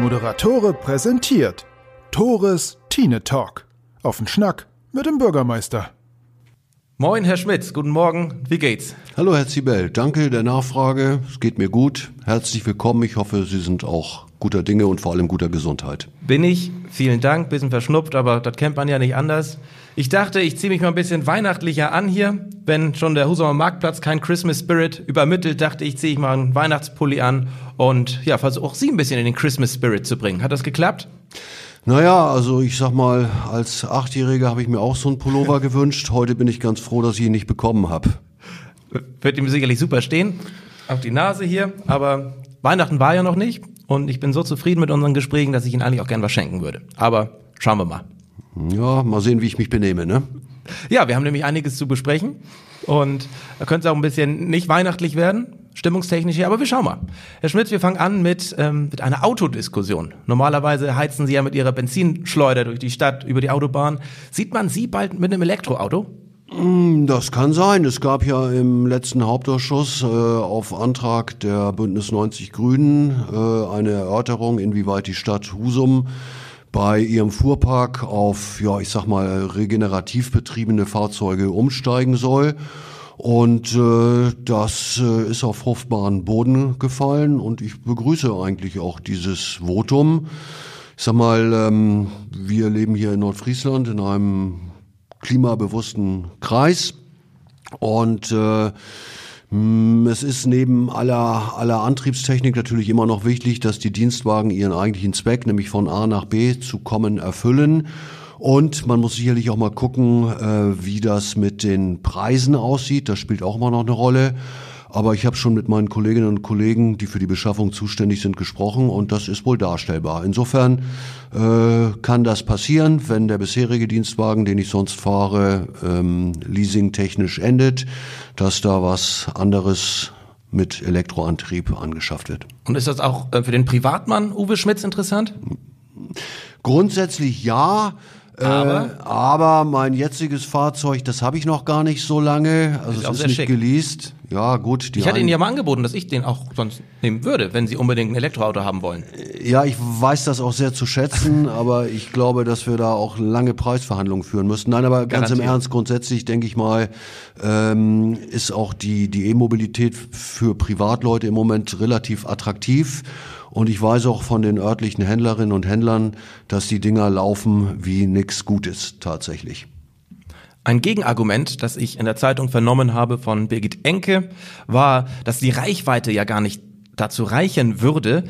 Moderatore präsentiert Tores Tine Talk. Auf den Schnack mit dem Bürgermeister. Moin, Herr Schmitz, guten Morgen, wie geht's? Hallo, Herr Zibel, danke der Nachfrage, es geht mir gut. Herzlich willkommen, ich hoffe, Sie sind auch guter Dinge und vor allem guter Gesundheit. Bin ich, vielen Dank, bisschen verschnupft, aber das kennt man ja nicht anders. Ich dachte, ich ziehe mich mal ein bisschen weihnachtlicher an hier. Wenn schon der Husumer Marktplatz kein Christmas Spirit übermittelt, dachte ich, ziehe ich mal einen Weihnachtspulli an und ja, versuche auch Sie ein bisschen in den Christmas Spirit zu bringen. Hat das geklappt? Naja, also ich sag mal, als 8-Jähriger habe ich mir auch so einen Pullover gewünscht. Heute bin ich ganz froh, dass ich ihn nicht bekommen habe. Wird ihm sicherlich super stehen, auf die Nase hier, aber Weihnachten war ja noch nicht und ich bin so zufrieden mit unseren Gesprächen, dass ich Ihnen eigentlich auch gern was schenken würde. Aber schauen wir mal. Ja, mal sehen, wie ich mich benehme, ne? Ja, wir haben nämlich einiges zu besprechen und da könnte es auch ein bisschen nicht weihnachtlich werden, stimmungstechnisch hier, aber wir schauen mal. Herr Schmitz, wir fangen an mit einer Autodiskussion. Normalerweise heizen Sie ja mit Ihrer Benzinschleuder durch die Stadt, über die Autobahn. Sieht man Sie bald mit einem Elektroauto? Das kann sein. Es gab ja im letzten Hauptausschuss auf Antrag der Bündnis 90 Grünen eine Erörterung, inwieweit die Stadt Husum bei ihrem Fuhrpark auf, ja, ich sag mal, regenerativ betriebene Fahrzeuge umsteigen soll. Und das ist auf fruchtbaren Boden gefallen und ich begrüße eigentlich auch dieses Votum. Ich sag mal, wir leben hier in Nordfriesland in einem klimabewussten Kreis und es ist neben aller Antriebstechnik natürlich immer noch wichtig, dass die Dienstwagen ihren eigentlichen Zweck, nämlich von A nach B zu kommen, erfüllen. Und man muss sicherlich auch mal gucken, wie das mit den Preisen aussieht. Das spielt auch immer noch eine Rolle. Aber ich habe schon mit meinen Kolleginnen und Kollegen, die für die Beschaffung zuständig sind, gesprochen und das ist wohl darstellbar. Insofern kann das passieren, wenn der bisherige Dienstwagen, den ich sonst fahre, leasingtechnisch endet, dass da was anderes mit Elektroantrieb angeschafft wird. Und ist das auch für den Privatmann Uwe Schmitz interessant? Grundsätzlich ja. Aber mein jetziges Fahrzeug, das habe ich noch gar nicht so lange. Also es ist nicht geleast. Ja, gut. Ich hatte Ihnen ja mal angeboten, dass ich den auch sonst nehmen würde, wenn Sie unbedingt ein Elektroauto haben wollen. Ja, ich weiß das auch sehr zu schätzen, aber ich glaube, dass wir da auch lange Preisverhandlungen führen müssen. Nein, aber ganz im Ernst, grundsätzlich denke ich mal, ist auch die E-Mobilität für Privatleute im Moment relativ attraktiv. Und ich weiß auch von den örtlichen Händlerinnen und Händlern, dass die Dinger laufen wie nix Gutes tatsächlich. Ein Gegenargument, das ich in der Zeitung vernommen habe von Birgit Enke, war, dass die Reichweite ja gar nicht dazu reichen würde,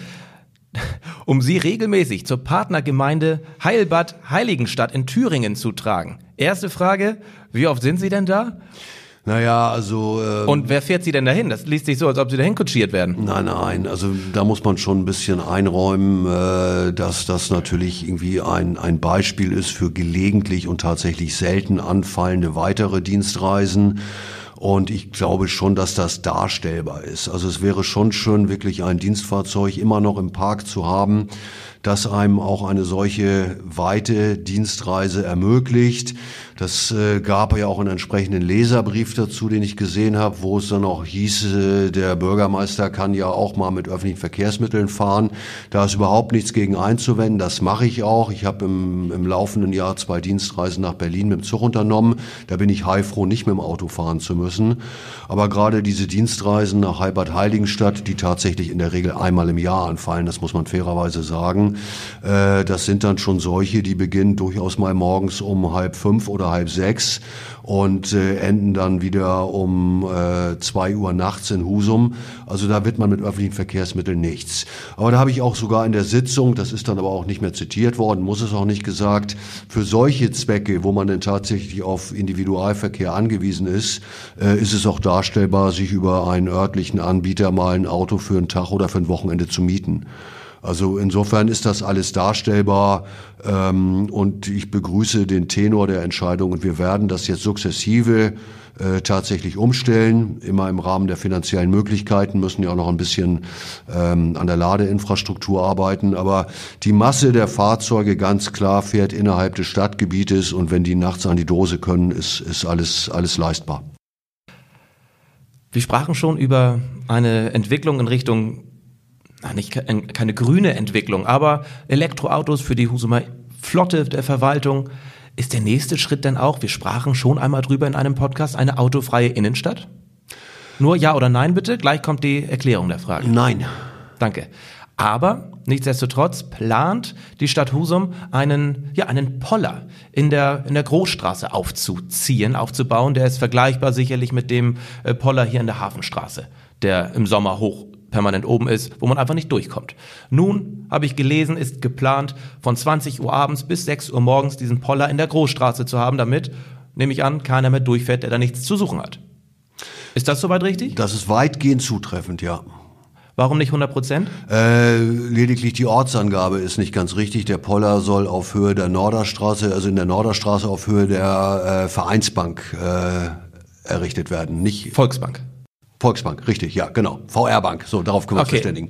um sie regelmäßig zur Partnergemeinde Heilbad Heiligenstadt in Thüringen zu tragen. Erste Frage, wie oft sind Sie denn da? Naja, also... Und wer fährt Sie denn dahin? Das liest sich so, als ob Sie dahin kutschiert werden. Nein, also da muss man schon ein bisschen einräumen, dass das natürlich irgendwie ein Beispiel ist für gelegentlich und tatsächlich selten anfallende weitere Dienstreisen. Und ich glaube schon, dass das darstellbar ist. Also es wäre schon schön, wirklich ein Dienstfahrzeug immer noch im Park zu haben, das einem auch eine solche weite Dienstreise ermöglicht. Das gab ja auch einen entsprechenden Leserbrief dazu, den ich gesehen habe, wo es dann auch hieß, der Bürgermeister kann ja auch mal mit öffentlichen Verkehrsmitteln fahren. Da ist überhaupt nichts gegen einzuwenden, das mache ich auch. Ich habe im laufenden Jahr 2 Dienstreisen nach Berlin mit dem Zug unternommen. Da bin ich heilfroh, nicht mit dem Auto fahren zu müssen. Aber gerade diese Dienstreisen nach Heilbad Heiligenstadt, die tatsächlich in der Regel einmal im Jahr anfallen, das muss man fairerweise sagen, das sind dann schon solche, die beginnen durchaus mal morgens um 4:30 oder 5:30 und enden dann wieder um 2 Uhr nachts in Husum. Also da wird man mit öffentlichen Verkehrsmitteln nichts. Aber da habe ich auch sogar in der Sitzung, das ist dann aber auch nicht mehr zitiert worden, muss es auch nicht gesagt, für solche Zwecke, wo man denn tatsächlich auf Individualverkehr angewiesen ist es auch darstellbar, sich über einen örtlichen Anbieter mal ein Auto für einen Tag oder für ein Wochenende zu mieten. Also insofern ist das alles darstellbar und ich begrüße den Tenor der Entscheidung und wir werden das jetzt sukzessive tatsächlich umstellen, immer im Rahmen der finanziellen Möglichkeiten, müssen ja auch noch ein bisschen an der Ladeinfrastruktur arbeiten, aber die Masse der Fahrzeuge ganz klar fährt innerhalb des Stadtgebietes und wenn die nachts an die Dose können, ist alles leistbar. Wir sprachen schon über eine Entwicklung in Richtung keine grüne Entwicklung, aber Elektroautos für die Husumer Flotte der Verwaltung. Ist der nächste Schritt denn auch, wir sprachen schon einmal drüber in einem Podcast, eine autofreie Innenstadt? Nur ja oder nein bitte, gleich kommt die Erklärung der Frage. Nein. Danke. Aber nichtsdestotrotz plant die Stadt Husum einen Poller in der Großstraße aufzubauen. Der ist vergleichbar sicherlich mit dem Poller hier in der Hafenstraße, der im Sommer hoch permanent oben ist, wo man einfach nicht durchkommt. Nun, habe ich gelesen, ist geplant, von 20 Uhr abends bis 6 Uhr morgens diesen Poller in der Großstraße zu haben, damit, nehme ich an, keiner mehr durchfährt, der da nichts zu suchen hat. Ist das soweit richtig? Das ist weitgehend zutreffend, ja. Warum nicht 100%? Lediglich die Ortsangabe ist nicht ganz richtig. Der Poller soll auf Höhe der Norderstraße, also in der Norderstraße auf Höhe der Vereinsbank errichtet werden. Nicht Volksbank, richtig, ja, genau. VR-Bank, so, darauf können wir uns verständigen.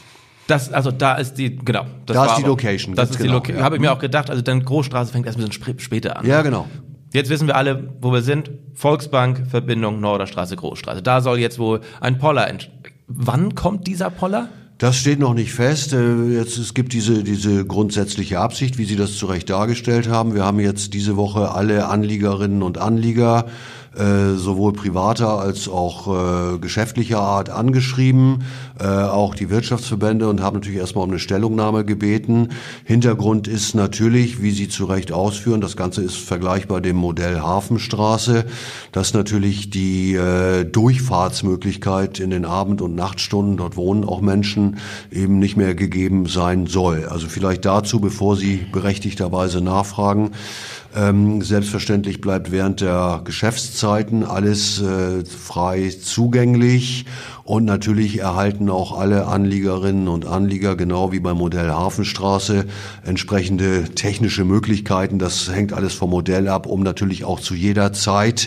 Da ist die, genau. Da ist die Location. Das ist die Location, ja. Habe ich mir auch gedacht, also dann Großstraße fängt erst ein bisschen später an. Ja, genau. Jetzt wissen wir alle, wo wir sind. Volksbank, Verbindung Norderstraße, Großstraße. Da soll jetzt wohl ein Poller Wann kommt dieser Poller? Das steht noch nicht fest. Es gibt diese grundsätzliche Absicht, wie Sie das zu Recht dargestellt haben. Wir haben jetzt diese Woche alle Anliegerinnen und Anlieger, sowohl privater als auch geschäftlicher Art angeschrieben, auch die Wirtschaftsverbände, und haben natürlich erstmal um eine Stellungnahme gebeten. Hintergrund ist natürlich, wie Sie zu Recht ausführen, das Ganze ist vergleichbar dem Modell Hafenstraße, dass natürlich die Durchfahrtsmöglichkeit in den Abend- und Nachtstunden, dort wohnen auch Menschen, eben nicht mehr gegeben sein soll. Also vielleicht dazu, bevor Sie berechtigterweise nachfragen, selbstverständlich bleibt während der Geschäftszeiten alles frei zugänglich, und natürlich erhalten auch alle Anliegerinnen und Anlieger, genau wie beim Modell Hafenstraße, entsprechende technische Möglichkeiten. Das hängt alles vom Modell ab, um natürlich auch zu jeder Zeit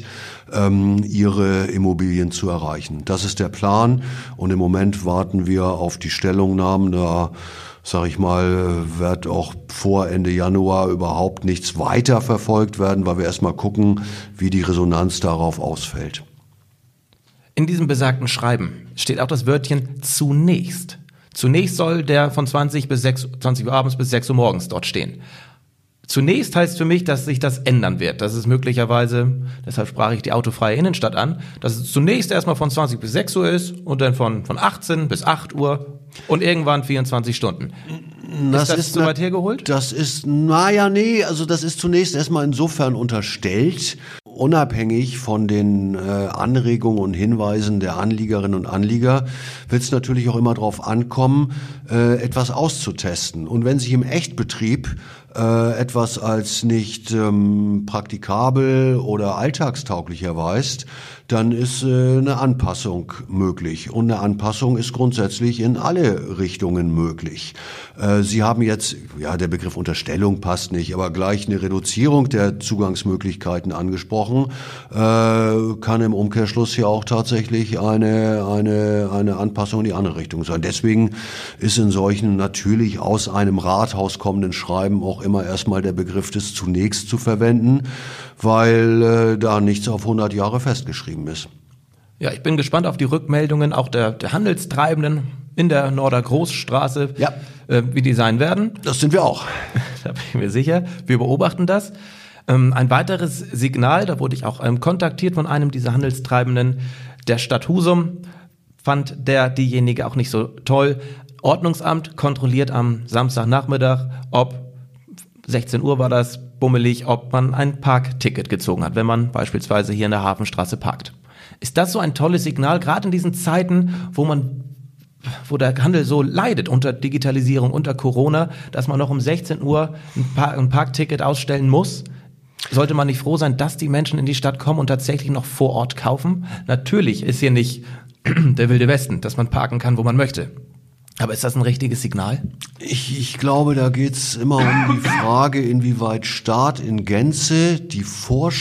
ihre Immobilien zu erreichen. Das ist der Plan, und im Moment warten wir auf die Stellungnahmen. Da, sag ich mal, wird auch vor Ende Januar überhaupt nichts weiter verfolgt werden, weil wir erstmal gucken, wie die Resonanz darauf ausfällt. In diesem besagten Schreiben steht auch das Wörtchen zunächst. Zunächst soll der von 20 Uhr abends bis 6 Uhr morgens dort stehen. Zunächst heißt für mich, dass sich das ändern wird. Das ist möglicherweise, deshalb sprach ich die autofreie Innenstadt an, dass es zunächst erstmal von 20 bis 6 Uhr ist und dann von 18 bis 8 Uhr und irgendwann 24 Stunden. Ist das so weit hergeholt? Das ist, also das ist zunächst erstmal insofern unterstellt, unabhängig von den Anregungen und Hinweisen der Anliegerinnen und Anlieger, wird es natürlich auch immer darauf ankommen, etwas auszutesten. Und wenn sich im Echtbetrieb etwas als nicht praktikabel oder alltagstauglich erweist, dann ist eine Anpassung möglich. Und eine Anpassung ist grundsätzlich in alle Richtungen möglich. Sie haben jetzt, der Begriff Unterstellung passt nicht, aber gleich eine Reduzierung der Zugangsmöglichkeiten angesprochen, kann im Umkehrschluss ja auch tatsächlich eine Anpassung in die andere Richtung sein. Deswegen ist in solchen natürlich aus einem Rathaus kommenden Schreiben auch immer erstmal der Begriff des zunächst zu verwenden, weil da nichts auf 100 Jahre festgeschrieben ist. Ja, ich bin gespannt auf die Rückmeldungen auch der Handelstreibenden in der Norder Großstraße, wie die sein werden. Das sind wir auch. Da bin ich mir sicher. Wir beobachten das. Ein weiteres Signal, da wurde ich auch kontaktiert von einem dieser Handelstreibenden der Stadt Husum, fand diejenige auch nicht so toll. Ordnungsamt kontrolliert am Samstagnachmittag, ob 16 Uhr war das, bummelig, ob man ein Parkticket gezogen hat, wenn man beispielsweise hier in der Hafenstraße parkt. Ist das so ein tolles Signal, gerade in diesen Zeiten, wo der Handel so leidet unter Digitalisierung, unter Corona, dass man noch um 16 Uhr ein Parkticket ausstellen muss? Sollte man nicht froh sein, dass die Menschen in die Stadt kommen und tatsächlich noch vor Ort kaufen? Natürlich ist hier nicht der Wilde Westen, dass man parken kann, wo man möchte. Aber ist das ein richtiges Signal? Ich glaube, da geht's immer um die Frage, inwieweit Staat in Gänze die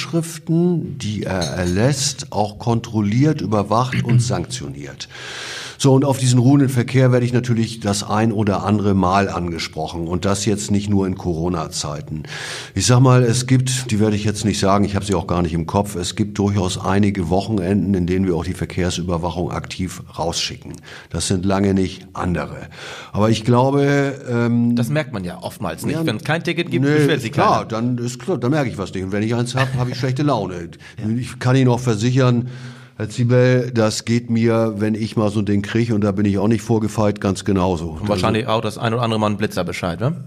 Vorschriften, die er erlässt, auch kontrolliert, überwacht und sanktioniert. So, und auf diesen ruhenden Verkehr werde ich natürlich das ein oder andere Mal angesprochen und das jetzt nicht nur in Corona-Zeiten. Ich sag mal, es gibt, die werde ich jetzt nicht sagen, ich habe sie auch gar nicht im Kopf, es gibt durchaus einige Wochenenden, in denen wir auch die Verkehrsüberwachung aktiv rausschicken. Das sind lange nicht andere. Aber ich glaube... das merkt man ja oftmals nicht. Ja, wenn es kein Ticket gibt, beschwert sich keiner. Klar, dann merke ich was nicht. Und wenn ich eins habe ich schlechte Laune. Ich kann Ihnen auch versichern, Herr Ziebel, das geht mir, wenn ich mal so ein Ding kriege, und da bin ich auch nicht vorgefeilt, ganz genauso. Und wahrscheinlich auch das ein oder andere Mal ein Blitzer Bescheid, ne?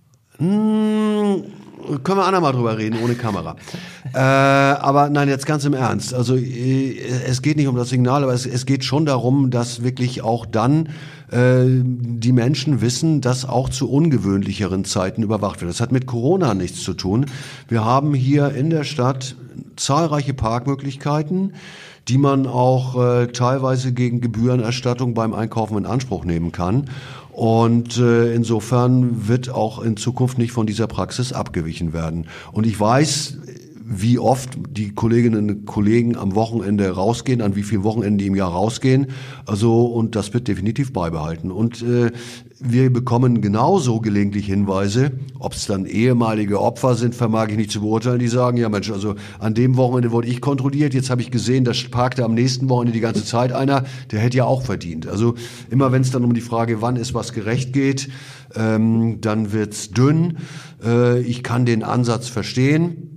Können wir andermal drüber reden, ohne Kamera. Aber nein, jetzt ganz im Ernst. Also es geht nicht um das Signal, aber es geht schon darum, dass wirklich auch dann die Menschen wissen, dass auch zu ungewöhnlicheren Zeiten überwacht wird. Das hat mit Corona nichts zu tun. Wir haben hier in der Stadt zahlreiche Parkmöglichkeiten, die man auch teilweise gegen Gebührenerstattung beim Einkaufen in Anspruch nehmen kann. Und insofern wird auch in Zukunft nicht von dieser Praxis abgewichen werden. Und ich weiß, wie oft die Kolleginnen und Kollegen am Wochenende rausgehen, an wie vielen Wochenenden die im Jahr rausgehen. Also, und das wird definitiv beibehalten. Und wir bekommen genauso gelegentlich Hinweise, ob es dann ehemalige Opfer sind, vermag ich nicht zu beurteilen, die sagen, ja Mensch, also an dem Wochenende wurde ich kontrolliert, jetzt habe ich gesehen, da parkte am nächsten Wochenende die ganze Zeit einer, der hätte ja auch verdient. Also immer wenn es dann um die Frage, wann ist was gerecht geht, dann wird's dünn. Ich kann den Ansatz verstehen.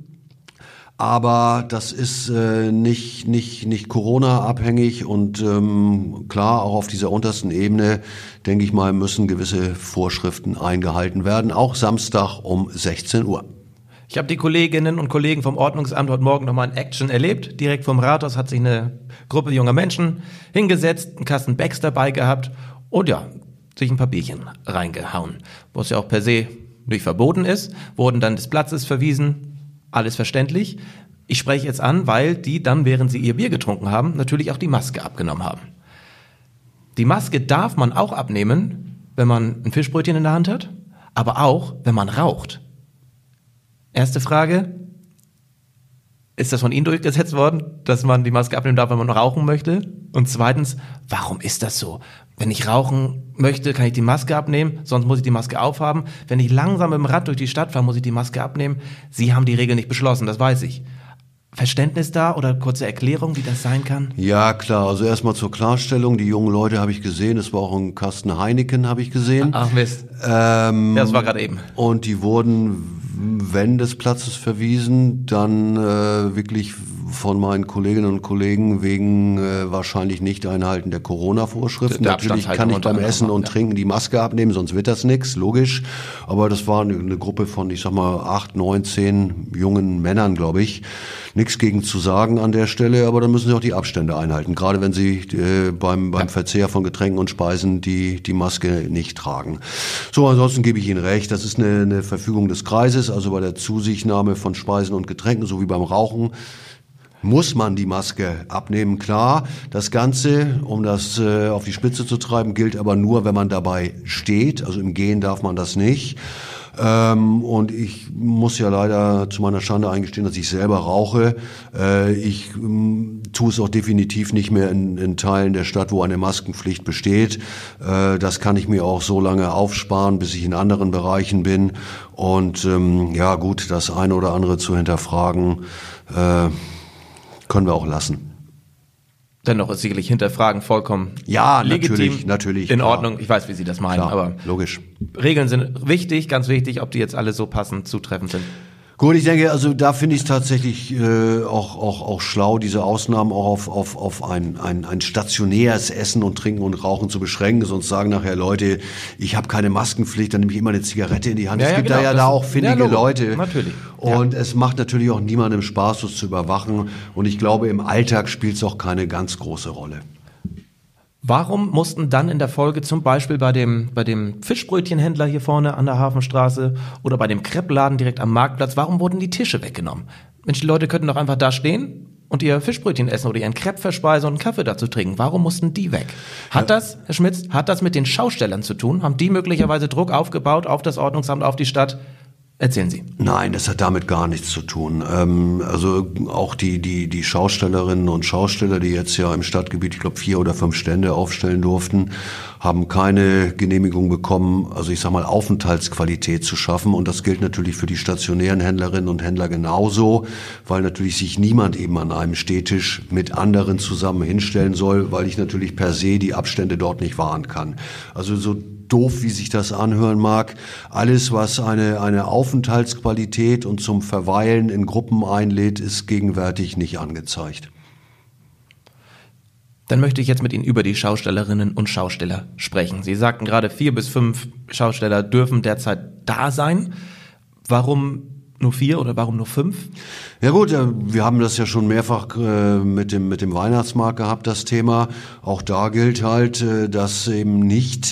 Aber das ist nicht Corona-abhängig und klar, auch auf dieser untersten Ebene, denke ich mal, müssen gewisse Vorschriften eingehalten werden, auch Samstag um 16 Uhr. Ich habe die Kolleginnen und Kollegen vom Ordnungsamt heute Morgen nochmal in Action erlebt. Direkt vom Rathaus hat sich eine Gruppe junger Menschen hingesetzt, einen Kasten Becks dabei gehabt und ja, sich ein paar Bierchen reingehauen. Was ja auch per se nicht verboten ist, wurden dann des Platzes verwiesen. Alles verständlich. Ich spreche jetzt an, weil die dann, während sie ihr Bier getrunken haben, natürlich auch die Maske abgenommen haben. Die Maske darf man auch abnehmen, wenn man ein Fischbrötchen in der Hand hat, aber auch, wenn man raucht. Erste Frage, ist das von Ihnen durchgesetzt worden, dass man die Maske abnehmen darf, wenn man rauchen möchte? Und zweitens, warum ist das so? Wenn ich rauchen möchte, kann ich die Maske abnehmen, sonst muss ich die Maske aufhaben. Wenn ich langsam mit dem Rad durch die Stadt fahre, muss ich die Maske abnehmen. Sie haben die Regel nicht beschlossen, das weiß ich. Verständnis da oder kurze Erklärung, wie das sein kann? Ja, klar. Also erstmal zur Klarstellung. Die jungen Leute habe ich gesehen. Es war auch ein Kasten Heineken, habe ich gesehen. Ach Mist. Das war gerade eben. Und die wurden, wenn des Platzes verwiesen, dann wirklich von meinen Kolleginnen und Kollegen wegen wahrscheinlich nicht Einhalten der Corona-Vorschriften. Natürlich kann ich beim Essen und Trinken die Maske abnehmen, sonst wird das nichts, logisch. Aber das war eine Gruppe von, ich sag mal, 8, 9, 10 jungen Männern, glaube ich. Nichts gegen zu sagen an der Stelle, aber dann müssen sie auch die Abstände einhalten. Gerade wenn sie beim Verzehr von Getränken und Speisen die Maske nicht tragen. So, ansonsten gebe ich Ihnen recht. Das ist eine Verfügung des Kreises, also bei der Zusichtnahme von Speisen und Getränken, so wie beim Rauchen, muss man die Maske abnehmen, klar. Das Ganze, um das auf die Spitze zu treiben, gilt aber nur, wenn man dabei steht. Also im Gehen darf man das nicht. Und ich muss ja leider zu meiner Schande eingestehen, dass ich selber rauche. Ich tue es auch definitiv nicht mehr in Teilen der Stadt, wo eine Maskenpflicht besteht. Das kann ich mir auch so lange aufsparen, bis ich in anderen Bereichen bin. Und ja gut, das eine oder andere zu hinterfragen, können wir auch lassen. Dennoch ist sicherlich Hinterfragen vollkommen legitim, natürlich in Ordnung. Ich weiß, wie Sie das meinen, klar, aber logisch. Regeln sind wichtig, ganz wichtig, ob die jetzt alle so passend zutreffend sind. Gut, ich denke, also da finde ich es tatsächlich auch schlau, diese Ausnahmen auch auf ein stationäres Essen und Trinken und Rauchen zu beschränken. Sonst sagen nachher Leute, ich habe keine Maskenpflicht, dann nehme ich immer eine Zigarette in die Hand. Es gibt genau, da auch findige Leute. Natürlich. Und es macht natürlich auch niemandem Spaß, das zu überwachen. Und ich glaube, im Alltag spielt es auch keine ganz große Rolle. Warum mussten dann in der Folge zum Beispiel bei dem Fischbrötchenhändler hier vorne an der Hafenstraße oder bei dem Crepe-Laden direkt am Marktplatz, warum wurden die Tische weggenommen? Mensch, die Leute könnten doch einfach da stehen und ihr Fischbrötchen essen oder ihren Crepe verspeisen und einen Kaffee dazu trinken. Warum mussten die weg? Hat das, Herr Schmitz, mit den Schaustellern zu tun? Haben die möglicherweise Druck aufgebaut auf das Ordnungsamt, auf die Stadt? Erzählen Sie. Nein, das hat damit gar nichts zu tun. Also auch die Schaustellerinnen und Schausteller, die jetzt ja im Stadtgebiet, ich glaube 4 oder 5 Stände aufstellen durften, haben keine Genehmigung bekommen, also ich sag mal Aufenthaltsqualität zu schaffen. Und das gilt natürlich für die stationären Händlerinnen und Händler genauso, weil natürlich sich niemand eben an einem Stehtisch mit anderen zusammen hinstellen soll, weil ich natürlich per se die Abstände dort nicht wahren kann. Also so doof, wie sich das anhören mag, alles, was eine Aufenthaltsqualität und zum Verweilen in Gruppen einlädt, ist gegenwärtig nicht angezeigt. Dann möchte ich jetzt mit Ihnen über die Schaustellerinnen und Schausteller sprechen. Sie sagten gerade, 4 bis 5 Schausteller dürfen derzeit da sein. Warum nur 4 oder warum nur 5? Ja gut, wir haben das ja schon mehrfach mit dem Weihnachtsmarkt gehabt, das Thema. Auch da gilt halt, dass eben nicht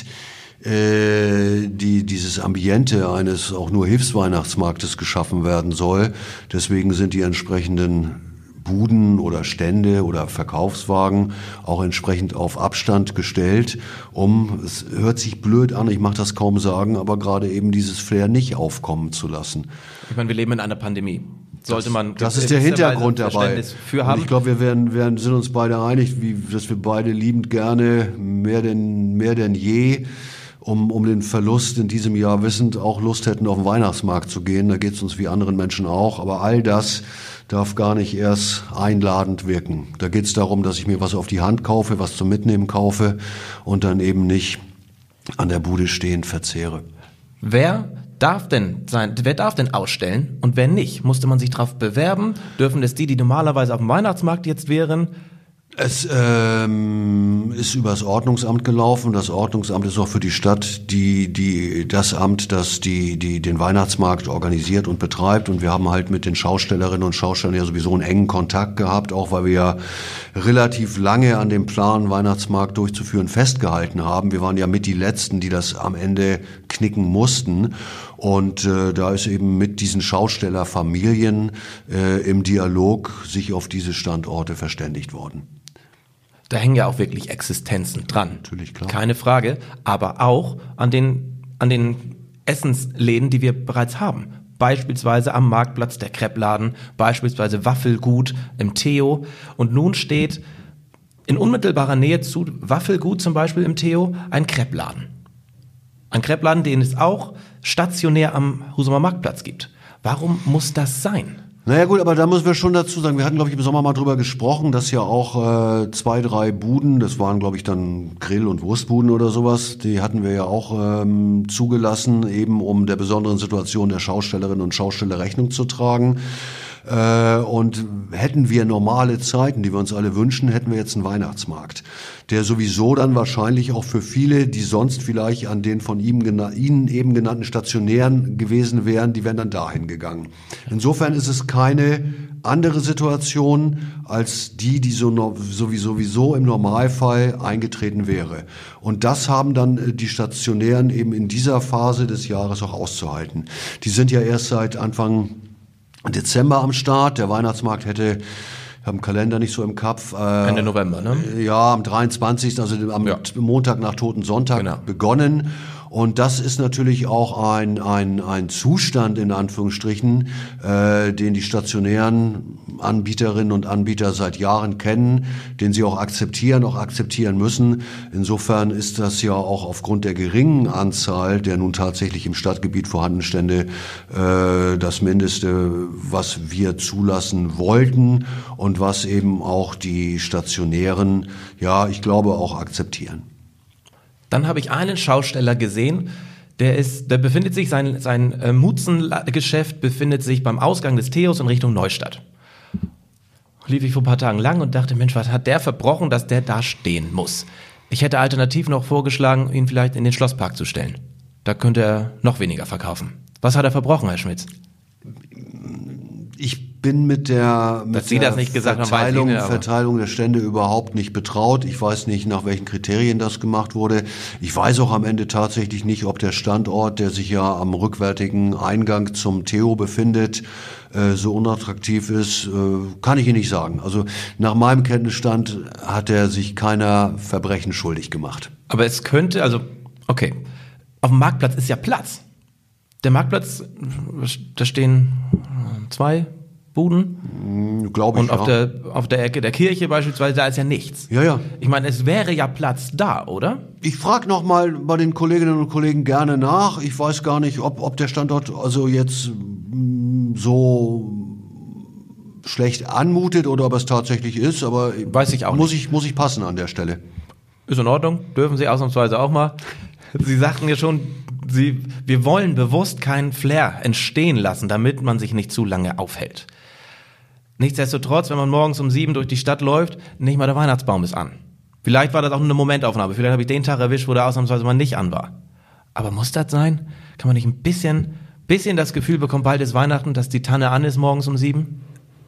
dieses Ambiente eines auch nur Hilfsweihnachtsmarktes geschaffen werden soll. Deswegen sind die entsprechenden Buden oder Stände oder Verkaufswagen auch entsprechend auf Abstand gestellt, es hört sich blöd an, ich mache das kaum sagen, aber gerade eben dieses Flair nicht aufkommen zu lassen. Ich meine, wir leben in einer Pandemie. Sollte man das ist der Hintergrund dabei. Für haben. Und ich glaube, wir sind uns beide einig, dass wir beide liebend gerne mehr denn je um den Verlust in diesem Jahr wissend auch Lust hätten, auf den Weihnachtsmarkt zu gehen. Da geht es uns wie anderen Menschen auch. Aber all das darf gar nicht erst einladend wirken. Da geht es darum, dass ich mir was auf die Hand kaufe, was zum Mitnehmen kaufe und dann eben nicht an der Bude stehend verzehre. Wer darf denn ausstellen und wer nicht? Musste man sich darauf bewerben? Dürfen das die normalerweise auf dem Weihnachtsmarkt jetzt wären? Es ist übers Ordnungsamt gelaufen. Das Ordnungsamt ist auch für die Stadt das Amt, das den Weihnachtsmarkt organisiert und betreibt. Und wir haben halt mit den Schaustellerinnen und Schaustellern ja sowieso einen engen Kontakt gehabt, auch weil wir ja relativ lange an dem Plan, Weihnachtsmarkt durchzuführen, festgehalten haben. Wir waren ja mit die Letzten, die das am Ende knicken mussten. Und da ist eben mit diesen Schaustellerfamilien im Dialog sich auf diese Standorte verständigt worden. Da hängen ja auch wirklich Existenzen dran. Natürlich, klar. Keine Frage, aber auch an den Essensläden, die wir bereits haben. Beispielsweise am Marktplatz der Crepeladen, beispielsweise Waffelgut im Theo. Und nun steht in unmittelbarer Nähe zu Waffelgut zum Beispiel im Theo ein Crepeladen. Ein Crepeladen, den es auch stationär am Husumer Marktplatz gibt. Warum muss das sein? Naja gut, aber da müssen wir schon dazu sagen, wir hatten, glaube ich, im Sommer mal drüber gesprochen, dass ja auch 2, 3 Buden, das waren, glaube ich, dann Grill- und Wurstbuden oder sowas, die hatten wir ja auch zugelassen, eben um der besonderen Situation der Schaustellerinnen und Schausteller Rechnung zu tragen. Und hätten wir normale Zeiten, die wir uns alle wünschen, hätten wir jetzt einen Weihnachtsmarkt, der sowieso dann wahrscheinlich auch für viele, die sonst vielleicht an den von Ihnen eben genannten Stationären gewesen wären, die wären dann dahin gegangen. Insofern ist es keine andere Situation als die sowieso im Normalfall eingetreten wäre. Und das haben dann die Stationären eben in dieser Phase des Jahres auch auszuhalten. Die sind ja erst seit Anfang Dezember am Start. Der Weihnachtsmarkt hätte, ich habe den Kalender nicht so im Kopf. Ende November, ne? Ja, am 23., also am Montag nach Toten Sonntag begonnen. Und das ist natürlich auch ein Zustand, in Anführungsstrichen, den die stationären Anbieterinnen und Anbieter seit Jahren kennen, den sie auch akzeptieren müssen. Insofern ist das ja auch aufgrund der geringen Anzahl der nun tatsächlich im Stadtgebiet vorhandenen Stände das Mindeste, was wir zulassen wollten und was eben auch die Stationären, ja, ich glaube, auch akzeptieren. Dann habe ich einen Schausteller gesehen, der befindet sich, sein Mutzengeschäft befindet sich beim Ausgang des Theos in Richtung Neustadt. Lief ich vor ein paar Tagen lang und dachte, Mensch, was hat der verbrochen, dass der da stehen muss? Ich hätte alternativ noch vorgeschlagen, ihn vielleicht in den Schlosspark zu stellen. Da könnte er noch weniger verkaufen. Was hat er verbrochen, Herr Schmitz? Ich bin mit der Verteilung der Stände überhaupt nicht betraut. Ich weiß nicht, nach welchen Kriterien das gemacht wurde. Ich weiß auch am Ende tatsächlich nicht, ob der Standort, der sich ja am rückwärtigen Eingang zum Theo befindet, so unattraktiv ist, kann ich Ihnen nicht sagen. Also nach meinem Kenntnisstand hat er sich keiner Verbrechen schuldig gemacht. Aber es könnte, okay, auf dem Marktplatz ist ja Platz. Der Marktplatz, da stehen 2 Buden. Glaube ich, und auf der Ecke der Kirche beispielsweise, da ist ja nichts. Ja. Ich meine, es wäre ja Platz da, oder? Ich frage nochmal bei den Kolleginnen und Kollegen gerne nach. Ich weiß gar nicht, ob der Standort also jetzt so schlecht anmutet oder ob es tatsächlich ist, aber weiß ich auch nicht. Muss ich passen an der Stelle. Ist in Ordnung, dürfen Sie ausnahmsweise auch mal. Sie sagten ja schon, wir wollen bewusst keinen Flair entstehen lassen, damit man sich nicht zu lange aufhält. Nichtsdestotrotz, wenn man morgens um 7 durch die Stadt läuft, nicht mal der Weihnachtsbaum ist an. Vielleicht war das auch nur eine Momentaufnahme. Vielleicht habe ich den Tag erwischt, wo der ausnahmsweise mal nicht an war. Aber muss das sein? Kann man nicht ein bisschen das Gefühl bekommen, bald ist Weihnachten, dass die Tanne an ist morgens um 7?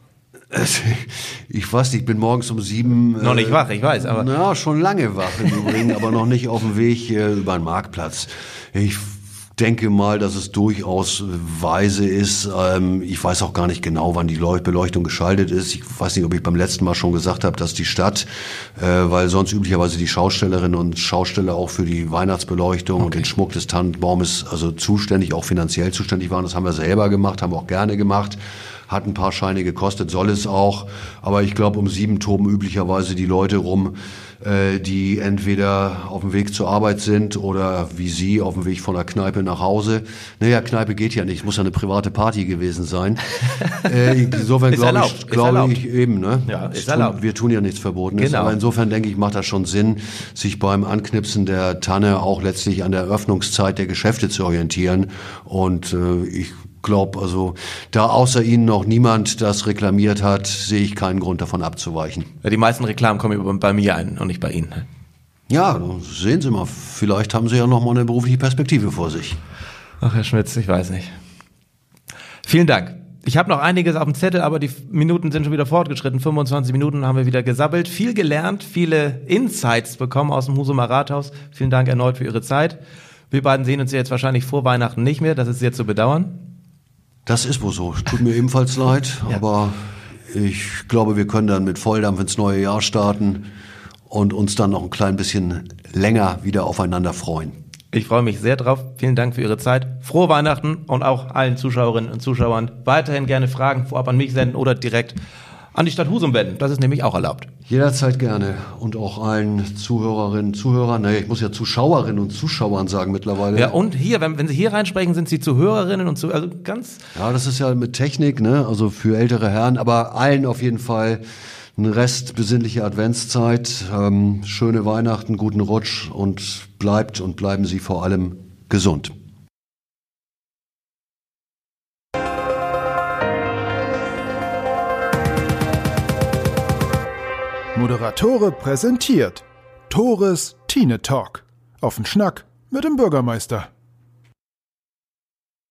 Ich weiß nicht, ich bin morgens um 7... noch nicht wach, ich weiß, aber... Na, schon lange wach im Übrigen, aber noch nicht auf dem Weg über den Marktplatz. Ich denke mal, dass es durchaus weise ist. Ich weiß auch gar nicht genau, wann die Beleuchtung geschaltet ist. Ich weiß nicht, ob ich beim letzten Mal schon gesagt habe, dass die Stadt, weil sonst üblicherweise die Schaustellerinnen und Schausteller auch für die Weihnachtsbeleuchtung und den Schmuck des Tannenbaumes also zuständig, auch finanziell zuständig waren. Das haben wir selber gemacht, haben wir auch gerne gemacht. Hat ein paar Scheine gekostet, soll es auch. Aber ich glaube, um 7 toben üblicherweise die Leute rum, die entweder auf dem Weg zur Arbeit sind oder wie Sie auf dem Weg von der Kneipe nach Hause. Naja, Kneipe geht ja nicht, es muss ja eine private Party gewesen sein. Insofern glaube ich eben, ne? Ja, ist erlaubt. Wir tun ja nichts Verbotenes. Genau. Aber insofern denke ich, macht das schon Sinn, sich beim Anknipsen der Tanne auch letztlich an der Öffnungszeit der Geschäfte zu orientieren. Und ich glaube, also da außer Ihnen noch niemand das reklamiert hat, sehe ich keinen Grund davon abzuweichen. Ja, die meisten Reklamen kommen bei mir ein und nicht bei Ihnen. Ja, sehen Sie mal, vielleicht haben Sie ja noch mal eine berufliche Perspektive vor sich. Ach, Herr Schmitz, ich weiß nicht. Vielen Dank. Ich habe noch einiges auf dem Zettel, aber die Minuten sind schon wieder fortgeschritten. 25 Minuten haben wir wieder gesabbelt, viel gelernt, viele Insights bekommen aus dem Husumer Rathaus. Vielen Dank erneut für Ihre Zeit. Wir beiden sehen uns jetzt wahrscheinlich vor Weihnachten nicht mehr, das ist sehr zu bedauern. Das ist wohl so. Tut mir ebenfalls leid, aber ich glaube, wir können dann mit Volldampf ins neue Jahr starten und uns dann noch ein klein bisschen länger wieder aufeinander freuen. Ich freue mich sehr drauf. Vielen Dank für Ihre Zeit. Frohe Weihnachten und auch allen Zuschauerinnen und Zuschauern weiterhin gerne Fragen vorab an mich senden oder direkt an die Stadt Husum wenden. Das ist nämlich auch erlaubt. Jederzeit gerne. Und auch allen Zuhörerinnen, Zuhörern, ich muss ja Zuschauerinnen und Zuschauern sagen mittlerweile. Ja, und hier, wenn Sie hier reinsprechen, sind Sie Zuhörerinnen und also ganz... Ja, das ist ja mit Technik, ne? Also für ältere Herren, aber allen auf jeden Fall ein Rest besinnliche Adventszeit, schöne Weihnachten, guten Rutsch und bleiben Sie vor allem gesund. Moderatore präsentiert Tores Tine Talk. Auf den Schnack mit dem Bürgermeister.